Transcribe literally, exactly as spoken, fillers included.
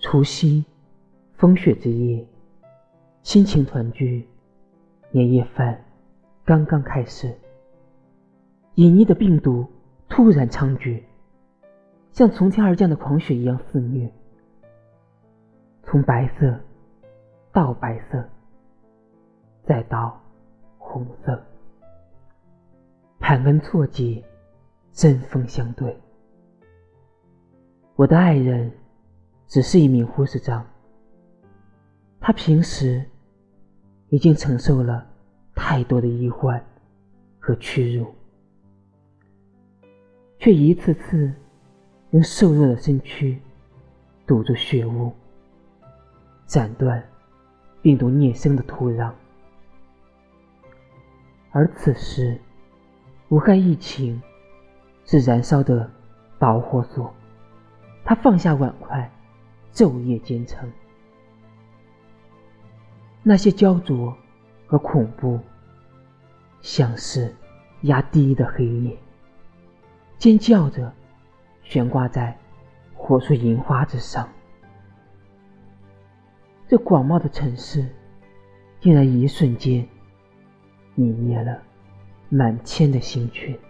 除夕，风雪之夜，亲情团聚，年夜饭刚刚开始，隐匿的病毒突然猖獗，像从天而降的狂雪一样肆虐，从白色到白色，再到红色，盘根错节，针锋相对。我的爱人只是一名护士长，他平时已经承受了太多的医患和屈辱，却一次次用瘦弱的身躯堵住血雾，斩断病毒孽生的土壤。而此时，武汉疫情是燃烧的导火索，他放下碗筷，昼夜兼程。那些焦灼和恐怖，像是压低的黑夜，尖叫着悬挂在火树银花之上。这广袤的城市竟然一瞬间泯灭了满千的星群。